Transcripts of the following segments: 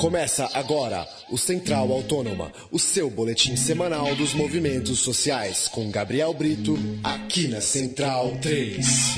Começa agora o Central Autônoma, o seu boletim semanal dos movimentos sociais, com Gabriel Brito, aqui na Central 3.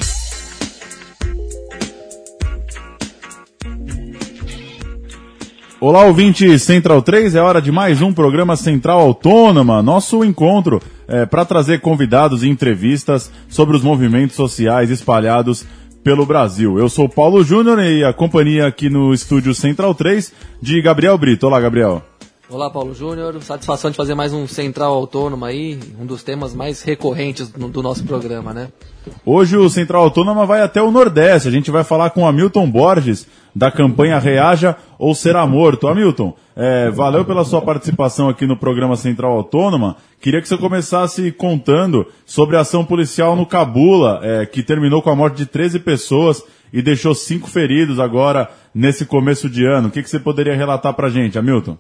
Olá, ouvinte Central 3, é hora de mais um programa Central Autônoma, nosso encontro para trazer convidados e entrevistas sobre os movimentos sociais espalhados pelo Brasil. Eu sou Paulo Júnior e a companhia aqui no estúdio Central 3 de Gabriel Brito. Olá, Gabriel. Olá, Paulo Júnior. Satisfação de fazer mais um Central Autônoma aí, um dos temas mais recorrentes do nosso programa, né? Hoje o Central Autônoma vai até o Nordeste. A gente vai falar com Hamilton Borges, da campanha Reaja ou Será Morto. Hamilton, valeu pela sua participação aqui no programa Central Autônoma. Queria que você começasse contando sobre a ação policial no Cabula, que terminou com a morte de 13 pessoas e deixou 5 feridos agora nesse começo de ano. O que você poderia relatar pra gente, Hamilton?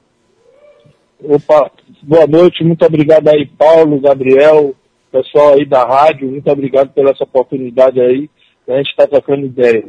Opa, boa noite, muito obrigado aí, Paulo, Gabriel, pessoal aí da rádio, muito obrigado pela essa oportunidade aí, a gente está trocando ideia.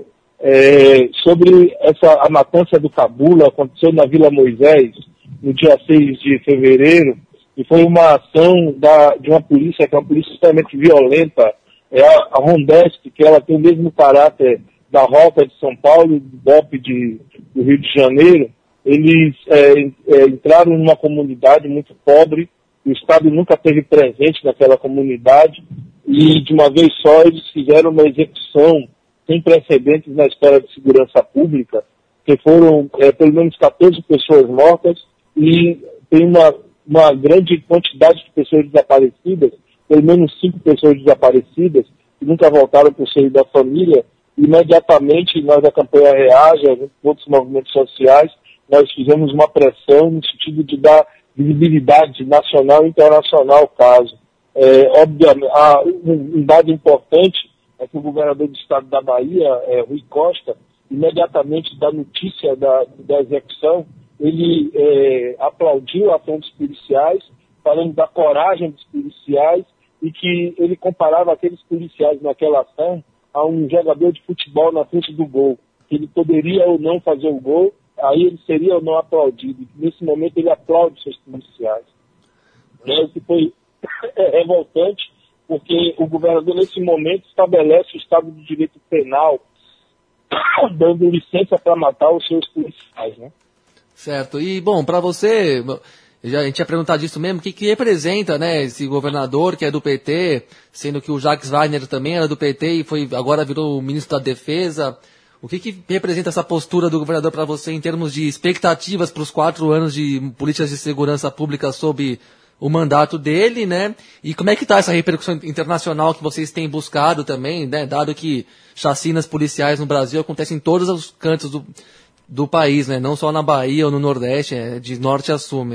Sobre a matança do Cabula, aconteceu na Vila Moisés, no dia 6 de fevereiro, e foi uma ação de uma polícia, que é uma polícia extremamente violenta, a Rondesp, que ela tem o mesmo caráter da Rota de São Paulo e do BOP do Rio de Janeiro. Eles entraram numa comunidade muito pobre, o Estado nunca esteve presente naquela comunidade, e de uma vez só eles fizeram uma execução sem precedentes na história de segurança pública, que foram pelo menos 14 pessoas mortas, e tem uma grande quantidade de pessoas desaparecidas, pelo menos 5 pessoas desaparecidas, que nunca voltaram para o seio da família. Imediatamente nós da campanha Reaja, junto com outros movimentos sociais, nós fizemos uma pressão no sentido de dar visibilidade nacional e internacional ao caso. Obviamente, um dado importante é que o governador do estado da Bahia, Rui Costa, imediatamente da notícia da execução, ele aplaudiu a ação dos policiais, falando da coragem dos policiais, e que ele comparava aqueles policiais naquela ação a um jogador de futebol na frente do gol, que ele poderia ou não fazer o gol, aí ele seria ou não aplaudido. Nesse momento ele aplaude seus policiais. O que foi revoltante, porque o governador nesse momento estabelece o Estado de Direito Penal, dando licença para matar os seus policiais, né? Certo. E, bom, para você, a gente ia perguntar disso mesmo, o que representa, né, esse governador que é do PT, sendo que o Jacques Wagner também era do PT e agora virou o ministro da Defesa. O que representa essa postura do governador para você em termos de expectativas para os 4 anos de políticas de segurança pública sob o mandato dele, né? E como é que está essa repercussão internacional que vocês têm buscado também, né? Dado que chacinas policiais no Brasil acontecem em todos os cantos do país, né? Não só na Bahia ou no Nordeste, de norte a sul.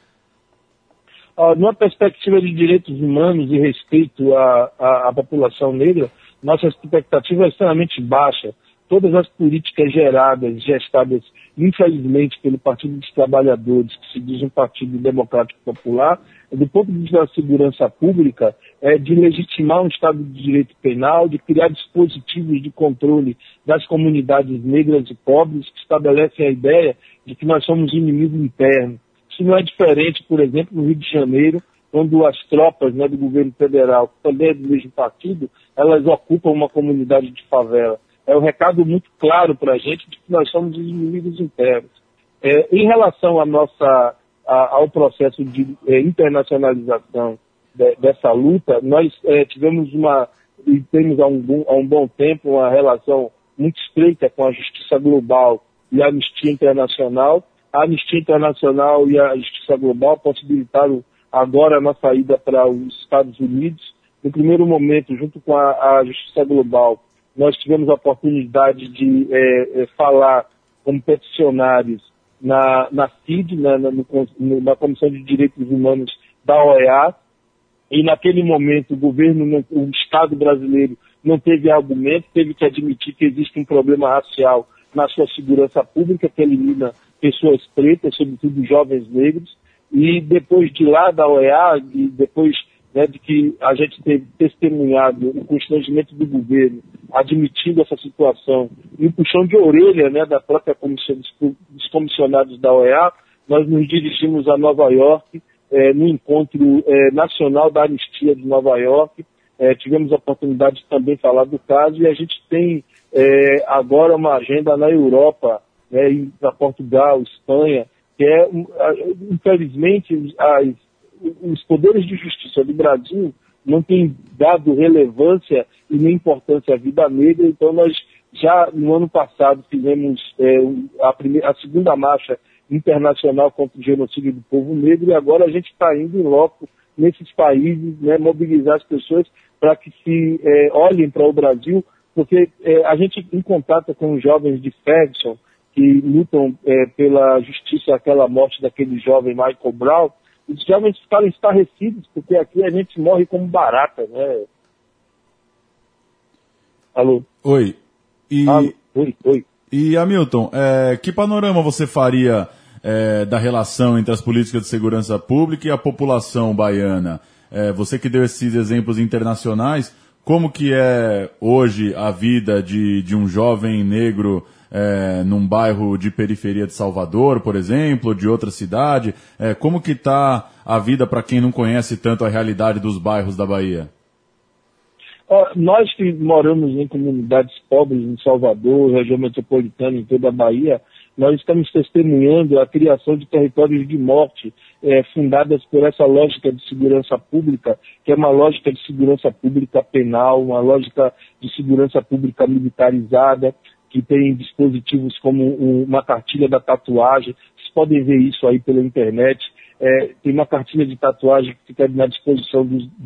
Numa perspectiva de direitos humanos e respeito à população negra, nossa expectativa é extremamente baixa. Todas as políticas gestadas, infelizmente, pelo Partido dos Trabalhadores, que se diz um Partido Democrático Popular, do ponto de vista da segurança pública, de legitimar um Estado de Direito Penal, de criar dispositivos de controle das comunidades negras e pobres, que estabelecem a ideia de que nós somos inimigo interno. Isso não é diferente, por exemplo, no Rio de Janeiro, quando as tropas, né, do governo federal, que também é do mesmo partido, elas ocupam uma comunidade de favela. É um recado muito claro para a gente de que nós somos inimigos internos. Em relação ao processo de internacionalização dessa luta, nós tivemos e temos há um bom tempo uma relação muito estreita com a Justiça Global e a Anistia Internacional. A Anistia Internacional e a Justiça Global possibilitaram agora a nossa ida para os Estados Unidos. No primeiro momento, junto com a Justiça Global, nós tivemos a oportunidade de falar como peticionários na CID, na Comissão de Direitos Humanos da OEA, e naquele momento o Estado brasileiro não teve argumento, teve que admitir que existe um problema racial na sua segurança pública, que elimina pessoas pretas, sobretudo jovens negros, e depois de lá da OEA, e depois né, de que a gente teve testemunhado o constrangimento do governo admitindo essa situação e o puxão de orelha, né, da própria comissão dos comissionados da OEA, nós nos dirigimos a Nova York, no encontro nacional da Anistia de Nova York. Tivemos a oportunidade de também falar do caso e a gente tem agora uma agenda na Europa, né, para Portugal, Espanha, que infelizmente, os poderes de justiça do Brasil não têm dado relevância e nem importância à vida negra. Então nós já no ano passado fizemos a segunda marcha internacional contra o genocídio do povo negro e agora a gente está indo em loco nesses países, né, mobilizar as pessoas para que se olhem para o Brasil, porque a gente em contato com os jovens de Ferguson que lutam pela justiça, aquela morte daquele jovem Michael Brown, os jovens ficaram estarrecidos, porque aqui a gente morre como barata, né? Alô? Oi. Alô? Oi. E, Hamilton, que panorama você faria da relação entre as políticas de segurança pública e a população baiana? Você que deu esses exemplos internacionais, como que é hoje a vida de um jovem negro num bairro de periferia de Salvador, por exemplo, de outra cidade? Como que está a vida para quem não conhece tanto a realidade dos bairros da Bahia? Nós que moramos em comunidades pobres em Salvador, região metropolitana, em toda a Bahia, nós estamos testemunhando a criação de territórios de morte fundadas por essa lógica de segurança pública, que é uma lógica de segurança pública penal, uma lógica de segurança pública militarizada, que tem dispositivos como uma cartilha da tatuagem. Vocês podem ver isso aí pela internet. Tem uma cartilha de tatuagem que fica na disposição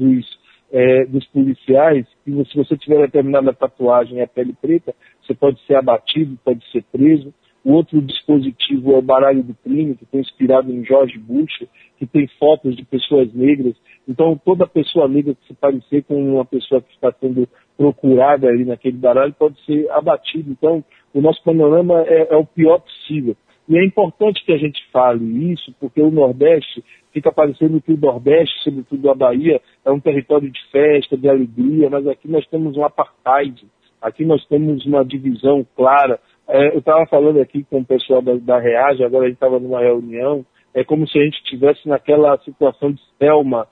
dos policiais, e se você tiver determinada tatuagem e a pele preta, você pode ser abatido, pode ser preso. O outro dispositivo é o baralho do crime, que foi inspirado em George Bush, que tem fotos de pessoas negras. Então, toda pessoa negra que se parecer com uma pessoa que está sendo procurada ali naquele baralho pode ser abatido. Então, o nosso panorama é o pior possível. E é importante que a gente fale isso, porque o Nordeste fica parecendo que o Nordeste, sobretudo a Bahia, é um território de festa, de alegria, mas aqui nós temos um apartheid, aqui nós temos uma divisão clara. Eu estava falando aqui com o pessoal da Reage, agora a gente estava numa reunião, é como se a gente estivesse naquela situação de Selma,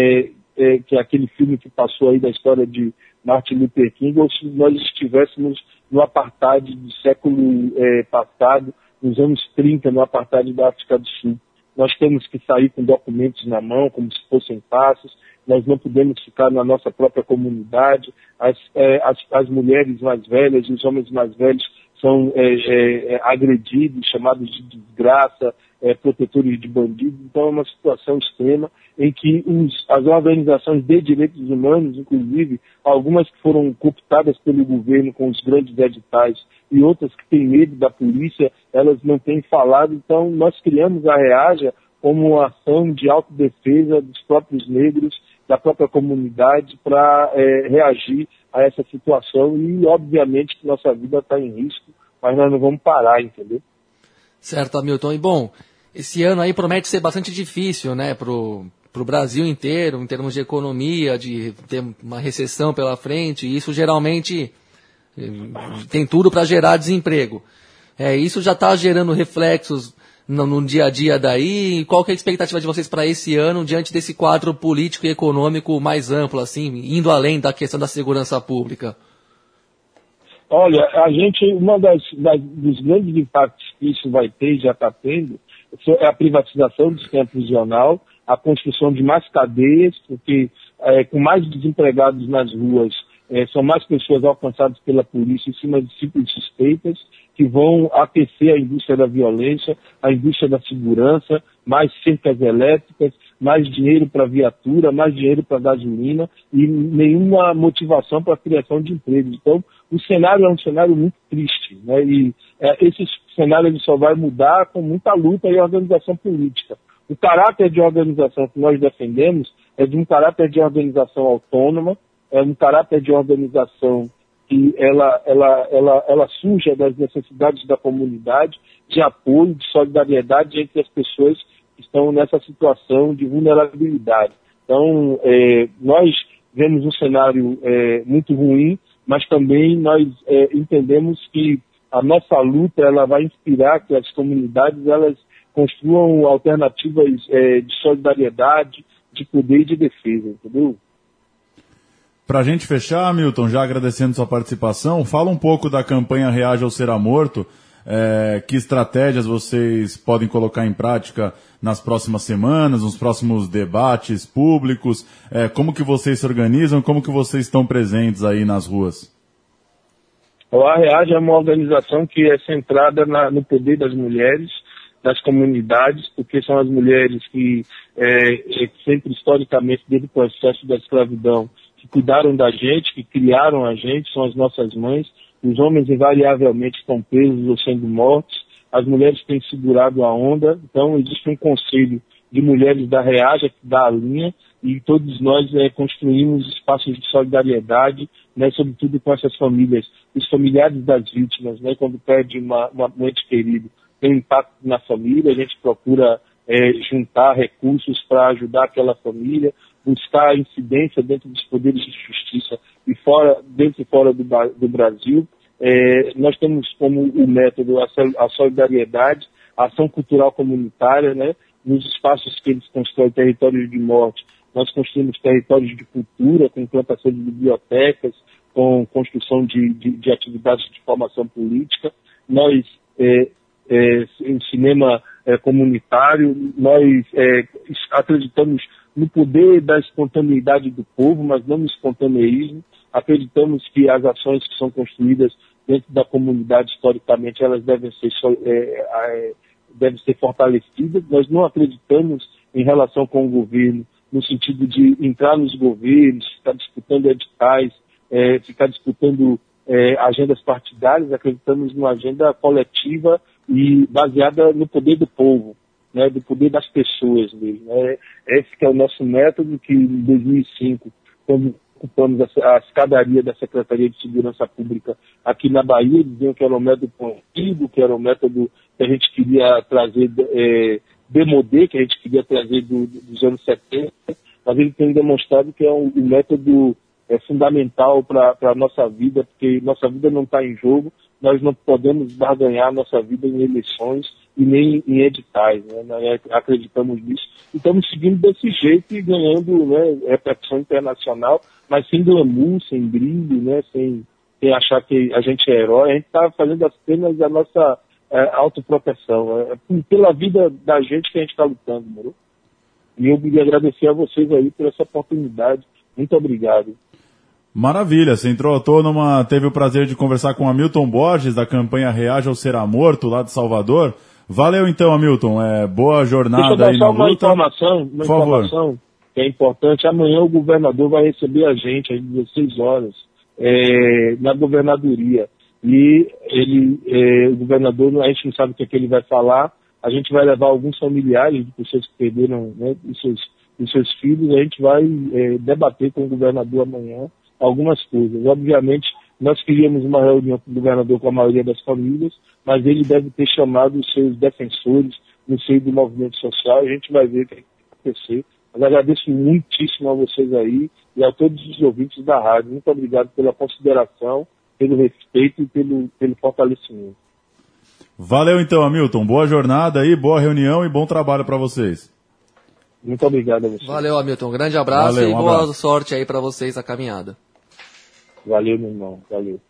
que é aquele filme que passou aí da história de Martin Luther King, ou se nós estivéssemos no apartheid do século passado, nos anos 30, no apartheid da África do Sul. Nós temos que sair com documentos na mão, como se fossem passos, nós não podemos ficar na nossa própria comunidade, as mulheres mais velhas e os homens mais velhos são agredidos, chamados de desgraça, protetores de bandidos. Então é uma situação extrema em que as organizações de direitos humanos, inclusive algumas que foram cooptadas pelo governo com os grandes editais e outras que têm medo da polícia, elas não têm falado. Então nós criamos a Reaja como uma ação de autodefesa dos próprios negros, da própria comunidade, para reagir a essa situação e obviamente que nossa vida está em risco, mas nós não vamos parar, entendeu? Certo, Hamilton. E bom, esse ano aí promete ser bastante difícil, né, pro Brasil inteiro, em termos de economia, de ter uma recessão pela frente, e isso geralmente tem tudo para gerar desemprego. Isso já está gerando reflexos no dia a dia daí. Qual que é a expectativa de vocês para esse ano, diante desse quadro político e econômico mais amplo, assim, indo além da questão da segurança pública? Olha, a gente, dos grandes impactos que isso vai ter, já está tendo, é a privatização do sistema prisional, a construção de mais cadeias, porque com mais desempregados nas ruas, são mais pessoas alcançadas pela polícia em cima de simples suspeitas, que vão aquecer a indústria da violência, a indústria da segurança, mais cercas elétricas, mais dinheiro para viatura, mais dinheiro para gasolina e nenhuma motivação para a criação de empregos. Então, o cenário é um cenário muito triste, né? E esse cenário ele só vai mudar com muita luta e organização política. O caráter de organização que nós defendemos é de um caráter de organização autônoma, é um caráter de organização que ela surge das necessidades da comunidade, de apoio, de solidariedade entre as pessoas que estão nessa situação de vulnerabilidade. Então, nós vemos um cenário muito ruim, mas também nós entendemos que a nossa luta ela vai inspirar que as comunidades elas construam alternativas de solidariedade, de poder e de defesa, entendeu? Para a gente fechar, Milton, já agradecendo sua participação, fala um pouco da campanha Reaja ou Será Morto. Que estratégias vocês podem colocar em prática nas próximas semanas, nos próximos debates públicos? Como que vocês se organizam? Como que vocês estão presentes aí nas ruas? A Reaja é uma organização que é centrada no poder das mulheres, das comunidades, porque são as mulheres que sempre historicamente, desde o processo da escravidão, que cuidaram da gente, que criaram a gente, são as nossas mães. Os homens invariavelmente estão presos ou sendo mortos, as mulheres têm segurado a onda, então existe um conselho de mulheres da Reaja que dá a linha e todos nós construímos espaços de solidariedade, né, sobretudo com essas famílias, os familiares das vítimas, né, quando perde um ente querido, tem um impacto na família, a gente procura juntar recursos para ajudar aquela família, buscar incidência dentro dos poderes de justiça e dentro e fora do Brasil. Nós temos como o método a solidariedade, a ação cultural comunitária, né? Nos espaços que eles constroem territórios de morte, nós construímos territórios de cultura, com implantação de bibliotecas, com construção de atividades de formação política. Nós, em cinema comunitário, nós acreditamos no poder da espontaneidade do povo, mas não no espontaneísmo. Acreditamos que as ações que são construídas dentro da comunidade, historicamente, elas devem ser fortalecidas. Nós não acreditamos em relação com o governo, no sentido de entrar nos governos, ficar disputando editais, ficar disputando agendas partidárias. Acreditamos numa agenda coletiva e baseada no poder do povo, né, do poder das pessoas mesmo. Esse que é o nosso método, que em 2005, quando ocupamos a escadaria da Secretaria de Segurança Pública aqui na Bahia, diziam que era um método contigo, que era um método que a gente queria trazer demodê, que a gente queria trazer dos anos 70, mas ele tem demonstrado que é um método fundamental para a nossa vida, porque nossa vida não está em jogo, nós não podemos barganhar nossa vida em eleições e nem em editais, né? Nós acreditamos nisso e estamos seguindo desse jeito e ganhando, né, repercussão internacional, mas sem glamour, sem brilho, né, sem achar que a gente é herói. A gente está fazendo apenas a nossa autoproteção, pela vida da gente que a gente está lutando, moro? E eu queria agradecer a vocês aí por essa oportunidade. Muito obrigado. Maravilha, Central Autônoma teve o prazer de conversar com Hamilton Borges, da campanha Reaja ou Será Morto, lá de Salvador. Valeu então, Hamilton, boa jornada aí na luta. Uma informação que é importante. Amanhã o governador vai receber a gente às 16 horas na governadoria. E o governador, a gente não sabe o que ele vai falar. A gente vai levar alguns familiares de pessoas que perderam, né, os seus filhos. A gente vai debater com o governador amanhã algumas coisas. Obviamente, nós queríamos uma reunião com o governador com a maioria das famílias, mas ele deve ter chamado os seus defensores no seio do movimento social. A gente vai ver o que vai acontecer. Mas agradeço muitíssimo a vocês aí e a todos os ouvintes da rádio. Muito obrigado pela consideração, pelo respeito e pelo fortalecimento. Valeu então, Hamilton. Boa jornada aí, boa reunião e bom trabalho para vocês. Muito obrigado a vocês. Valeu, Hamilton. Grande abraço e boa sorte aí para vocês na caminhada. Valeu, meu irmão. Valeu.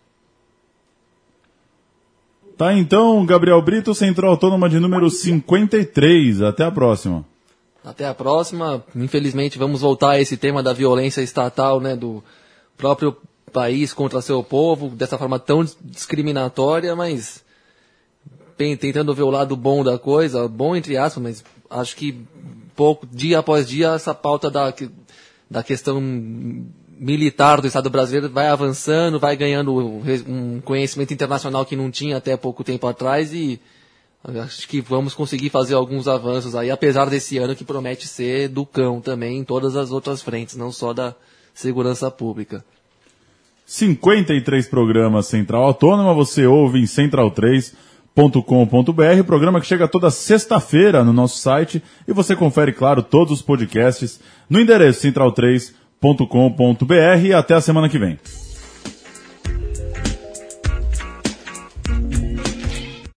Tá então, Gabriel Brito, Central Autônoma de número 53. Até a próxima. Até a próxima. Infelizmente, vamos voltar a esse tema da violência estatal, né, do próprio país contra seu povo, dessa forma tão discriminatória, mas tentando ver o lado bom da coisa, bom entre aspas, mas acho que dia após dia essa pauta da questão militar do Estado brasileiro vai avançando, vai ganhando um conhecimento internacional que não tinha até pouco tempo atrás e acho que vamos conseguir fazer alguns avanços aí, apesar desse ano que promete ser do cão também em todas as outras frentes, não só da segurança pública. 53 programas Central Autônoma, você ouve em central3.com.br. .com.br, programa que chega toda sexta-feira no nosso site e você confere, claro, todos os podcasts no endereço central3.com.br e até a semana que vem.